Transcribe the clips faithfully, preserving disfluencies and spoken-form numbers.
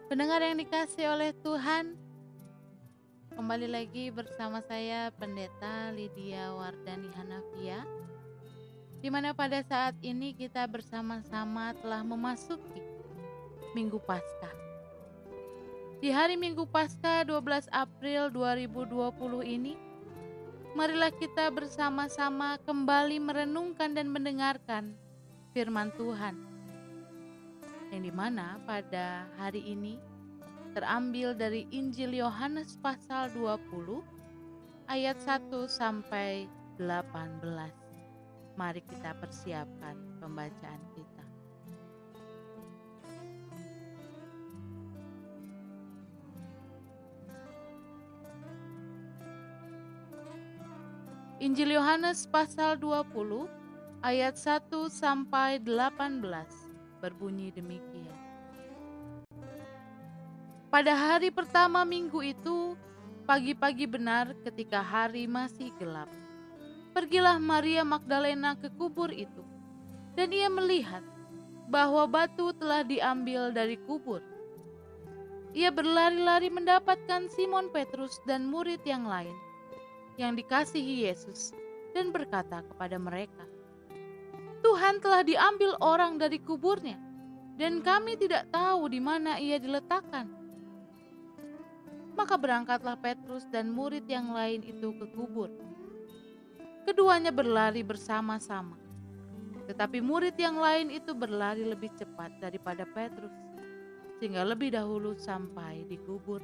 Pendengar yang dikasih oleh Tuhan, kembali lagi bersama saya Pendeta Lydia Wardani Hanafia, di mana pada saat ini kita bersama-sama telah memasuki Minggu Paskah. Di hari Minggu Paskah dua belas April dua ribu dua puluh ini, marilah kita bersama-sama kembali merenungkan dan mendengarkan firman Tuhan, yang dimana pada hari ini terambil dari Injil Yohanes pasal dua puluh ayat satu sampai delapan belas. Mari kita persiapkan pembacaan kita. Injil Yohanes pasal dua puluh ayat satu sampai delapan belas berbunyi demikian. Pada hari pertama minggu itu, pagi-pagi benar ketika hari masih gelap, pergilah Maria Magdalena ke kubur itu, dan ia melihat bahwa batu telah diambil dari kubur. Ia berlari-lari mendapatkan Simon Petrus dan murid yang lain yang dikasihi Yesus, dan berkata kepada mereka, "Tuhan telah diambil orang dari kuburnya, dan kami tidak tahu di mana ia diletakkan." Maka berangkatlah Petrus dan murid yang lain itu ke kubur. Keduanya berlari bersama-sama, tetapi murid yang lain itu berlari lebih cepat daripada Petrus, sehingga lebih dahulu sampai di kubur.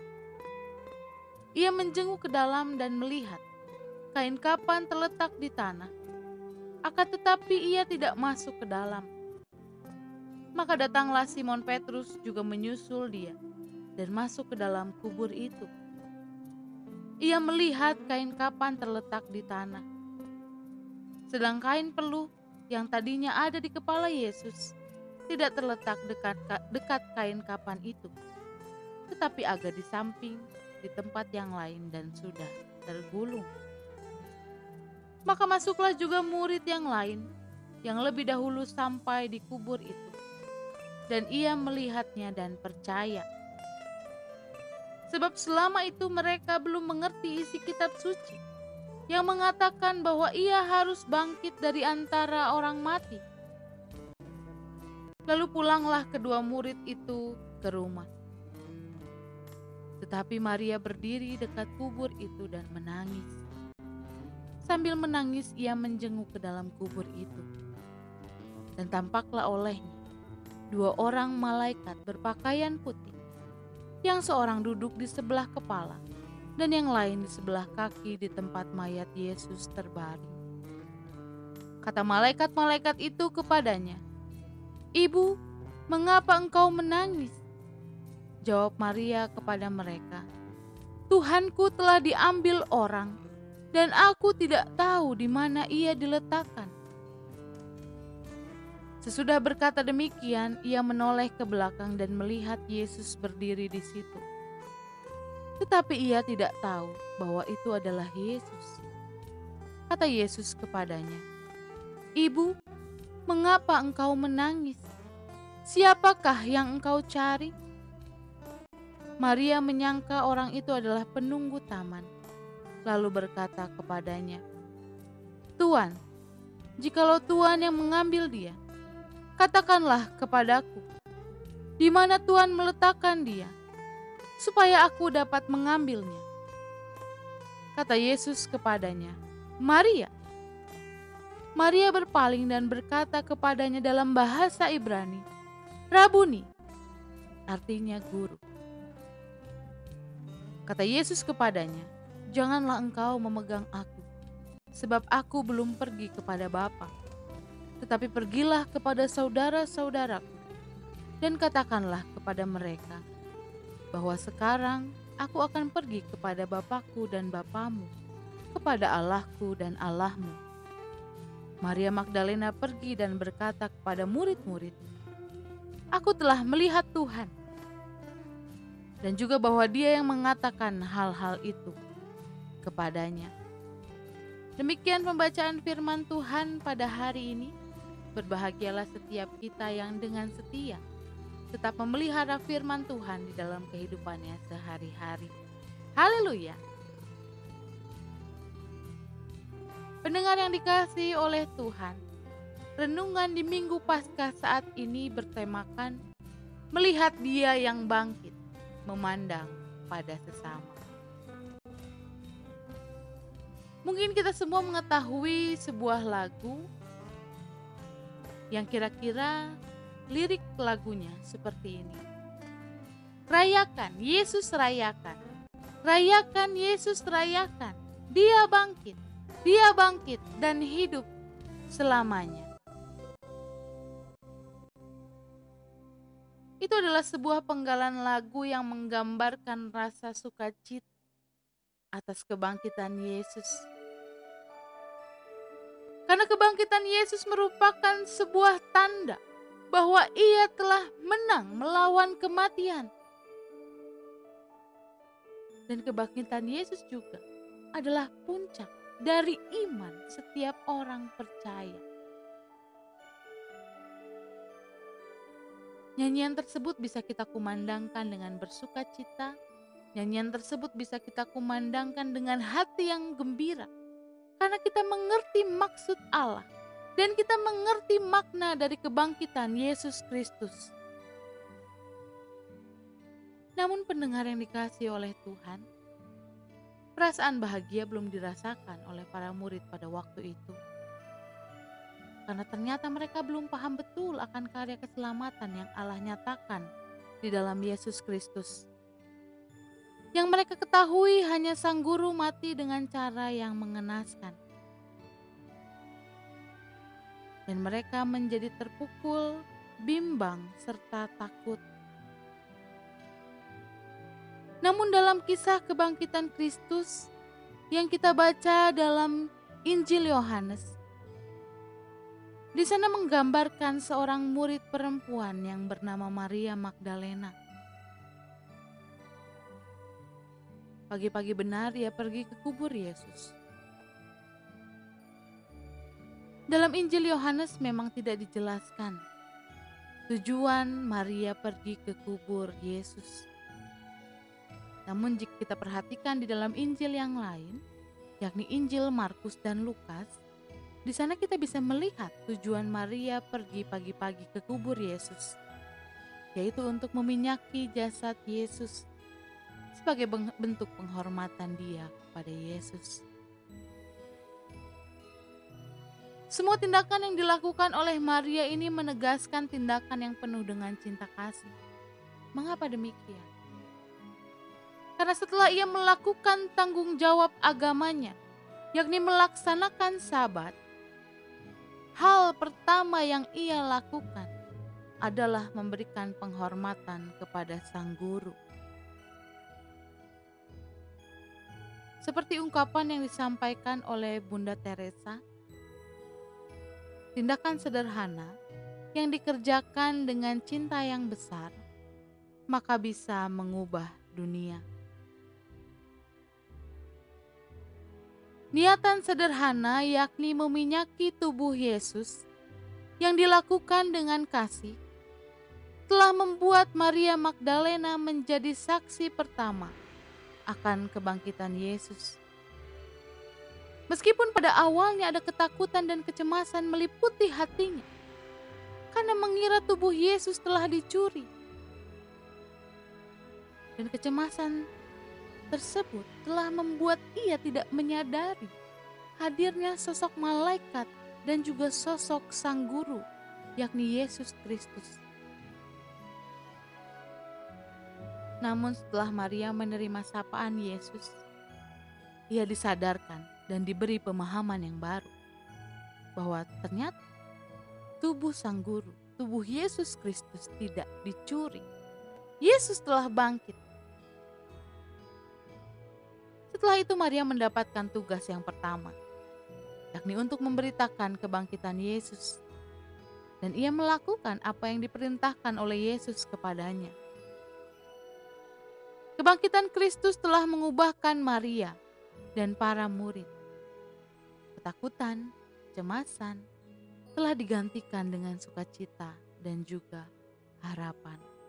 Ia menjenguk ke dalam dan melihat kain kapan terletak di tanah, akan tetapi ia tidak masuk ke dalam. Maka datanglah Simon Petrus juga menyusul dia dan masuk ke dalam kubur itu. Ia melihat kain kapan terletak di tanah, sedang kain peluh yang tadinya ada di kepala Yesus tidak terletak dekat, dekat kain kapan itu, tetapi agak di samping di tempat yang lain dan sudah tergulung. Maka masuklah juga murid yang lain yang lebih dahulu sampai di kubur itu, dan ia melihatnya dan percaya. Sebab selama itu mereka belum mengerti isi kitab suci yang mengatakan bahwa ia harus bangkit dari antara orang mati. Lalu pulanglah kedua murid itu ke rumah. Tetapi Maria berdiri dekat kubur itu dan menangis. Sambil menangis ia menjenguk ke dalam kubur itu. Dan tampaklah olehnya dua orang malaikat berpakaian putih, yang seorang duduk di sebelah kepala dan yang lain di sebelah kaki di tempat mayat Yesus terbaring. Kata malaikat-malaikat itu kepadanya, "Ibu, mengapa engkau menangis?" Jawab Maria kepada mereka, "Tuhanku telah diambil orang, dan aku tidak tahu di mana ia diletakkan." Sesudah berkata demikian, ia menoleh ke belakang dan melihat Yesus berdiri di situ. Tetapi ia tidak tahu bahwa itu adalah Yesus. Kata Yesus kepadanya, "Ibu, mengapa engkau menangis? Siapakah yang engkau cari?" Maria menyangka orang itu adalah penunggu taman, lalu berkata kepadanya, "Tuan, jikalau Tuan yang mengambil dia, katakanlah kepadaku, di mana Tuan meletakkan dia, supaya aku dapat mengambilnya." Kata Yesus kepadanya, "Maria." Maria berpaling dan berkata kepadanya dalam bahasa Ibrani, "Rabuni," artinya guru. Kata Yesus kepadanya, "Janganlah engkau memegang aku, sebab aku belum pergi kepada Bapa. Tetapi pergilah kepada saudara-saudaraku, dan katakanlah kepada mereka, bahwa sekarang aku akan pergi kepada Bapakku dan Bapamu, kepada Allahku dan Allahmu." Maria Magdalena pergi dan berkata kepada murid-murid, "Aku telah melihat Tuhan," dan juga bahwa dia yang mengatakan hal-hal itu kepadanya. Demikian pembacaan firman Tuhan pada hari ini. Berbahagialah setiap kita yang dengan setia tetap memelihara firman Tuhan di dalam kehidupannya sehari-hari. Haleluya. Pendengar yang dikasihi oleh Tuhan, renungan di Minggu Paskah saat ini bertemakan melihat Dia yang bangkit, memandang pada sesama. Mungkin kita semua mengetahui sebuah lagu yang kira-kira lirik lagunya seperti ini. Rayakan, Yesus rayakan. Rayakan, Yesus rayakan. Dia bangkit, Dia bangkit dan hidup selamanya. Itu adalah sebuah penggalan lagu yang menggambarkan rasa sukacita atas kebangkitan Yesus. Karena kebangkitan Yesus merupakan sebuah tanda bahwa Ia telah menang melawan kematian. Dan kebangkitan Yesus juga adalah puncak dari iman setiap orang percaya. Nyanyian tersebut bisa kita kumandangkan dengan bersuka cita. Nyanyian tersebut bisa kita kumandangkan dengan hati yang gembira. Karena kita mengerti maksud Allah. Dan kita mengerti makna dari kebangkitan Yesus Kristus. Namun pendengar yang dikasihi oleh Tuhan, perasaan bahagia belum dirasakan oleh para murid pada waktu itu. Karena ternyata mereka belum paham betul akan karya keselamatan yang Allah nyatakan di dalam Yesus Kristus. Yang mereka ketahui hanya Sang Guru mati dengan cara yang mengenaskan. Dan mereka menjadi terpukul, bimbang, serta takut. Namun dalam kisah kebangkitan Kristus yang kita baca dalam Injil Yohanes, di sana menggambarkan seorang murid perempuan yang bernama Maria Magdalena. Pagi-pagi benar ia pergi ke kubur Yesus. Dalam Injil Yohanes memang tidak dijelaskan tujuan Maria pergi ke kubur Yesus. Namun jika kita perhatikan di dalam Injil yang lain, yakni Injil Markus dan Lukas, di sana kita bisa melihat tujuan Maria pergi pagi-pagi ke kubur Yesus, yaitu untuk meminyaki jasad Yesus sebagai bentuk penghormatan dia kepada Yesus. Semua tindakan yang dilakukan oleh Maria ini menegaskan tindakan yang penuh dengan cinta kasih. Mengapa demikian? Karena setelah ia melakukan tanggung jawab agamanya, yakni melaksanakan Sabat, hal pertama yang ia lakukan adalah memberikan penghormatan kepada Sang Guru. Seperti ungkapan yang disampaikan oleh Bunda Teresa, tindakan sederhana yang dikerjakan dengan cinta yang besar, maka bisa mengubah dunia. Niatan sederhana yakni meminyaki tubuh Yesus yang dilakukan dengan kasih telah membuat Maria Magdalena menjadi saksi pertama akan kebangkitan Yesus. Meskipun pada awalnya ada ketakutan dan kecemasan meliputi hatinya karena mengira tubuh Yesus telah dicuri. Dan kecemasan tersebut telah membuat ia tidak menyadari hadirnya sosok malaikat dan juga sosok Sang Guru, yakni Yesus Kristus. Namun setelah Maria menerima sapaan Yesus, ia disadarkan dan diberi pemahaman yang baru bahwa ternyata tubuh Sang Guru, tubuh Yesus Kristus tidak dicuri. Yesus telah bangkit. Setelah itu Maria mendapatkan tugas yang pertama, yakni untuk memberitakan kebangkitan Yesus. Dan ia melakukan apa yang diperintahkan oleh Yesus kepadanya. Kebangkitan Kristus telah mengubahkan Maria dan para murid. Ketakutan, kecemasan telah digantikan dengan sukacita dan juga harapan.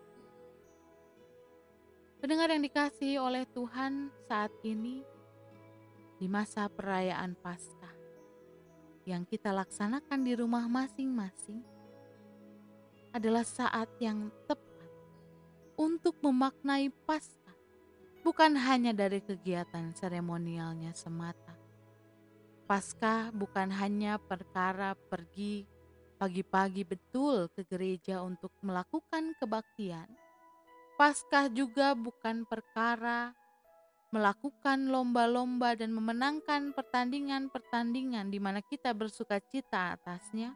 Pendengar yang dikasihi oleh Tuhan, saat ini di masa perayaan Paskah yang kita laksanakan di rumah masing-masing adalah saat yang tepat untuk memaknai Paskah, bukan hanya dari kegiatan seremonialnya semata. Paskah bukan hanya perkara pergi pagi-pagi betul ke gereja untuk melakukan kebaktian. Paskah juga bukan perkara melakukan lomba-lomba dan memenangkan pertandingan-pertandingan di mana kita bersukacita atasnya.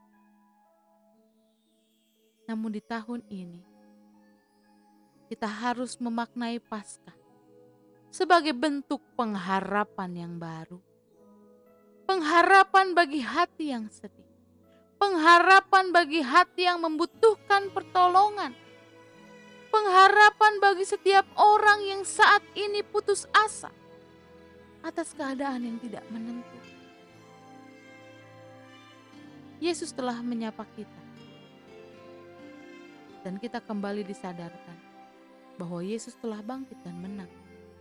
Namun di tahun ini, kita harus memaknai Paskah sebagai bentuk pengharapan yang baru. Pengharapan bagi hati yang sedih. Pengharapan bagi hati yang membutuhkan pertolongan. Pengharapan bagi setiap orang yang saat ini putus asa atas keadaan yang tidak menentu. Yesus telah menyapa kita, dan kita kembali disadarkan bahwa Yesus telah bangkit dan menang.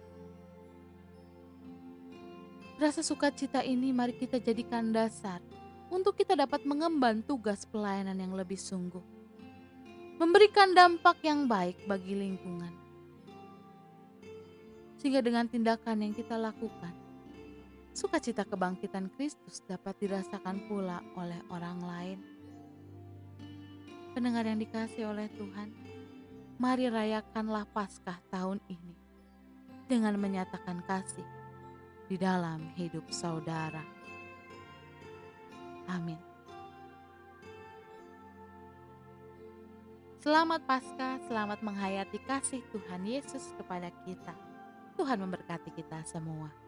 Rasa sukacita ini mari kita jadikan dasar untuk kita dapat mengemban tugas pelayanan yang lebih sungguh, memberikan dampak yang baik bagi lingkungan. Sehingga dengan tindakan yang kita lakukan, sukacita kebangkitan Kristus dapat dirasakan pula oleh orang lain. Pendengar yang dikasihi oleh Tuhan, mari rayakanlah Paskah tahun ini dengan menyatakan kasih di dalam hidup saudara. Amin. Selamat Paskah, selamat menghayati kasih Tuhan Yesus kepada kita. Tuhan memberkati kita semua.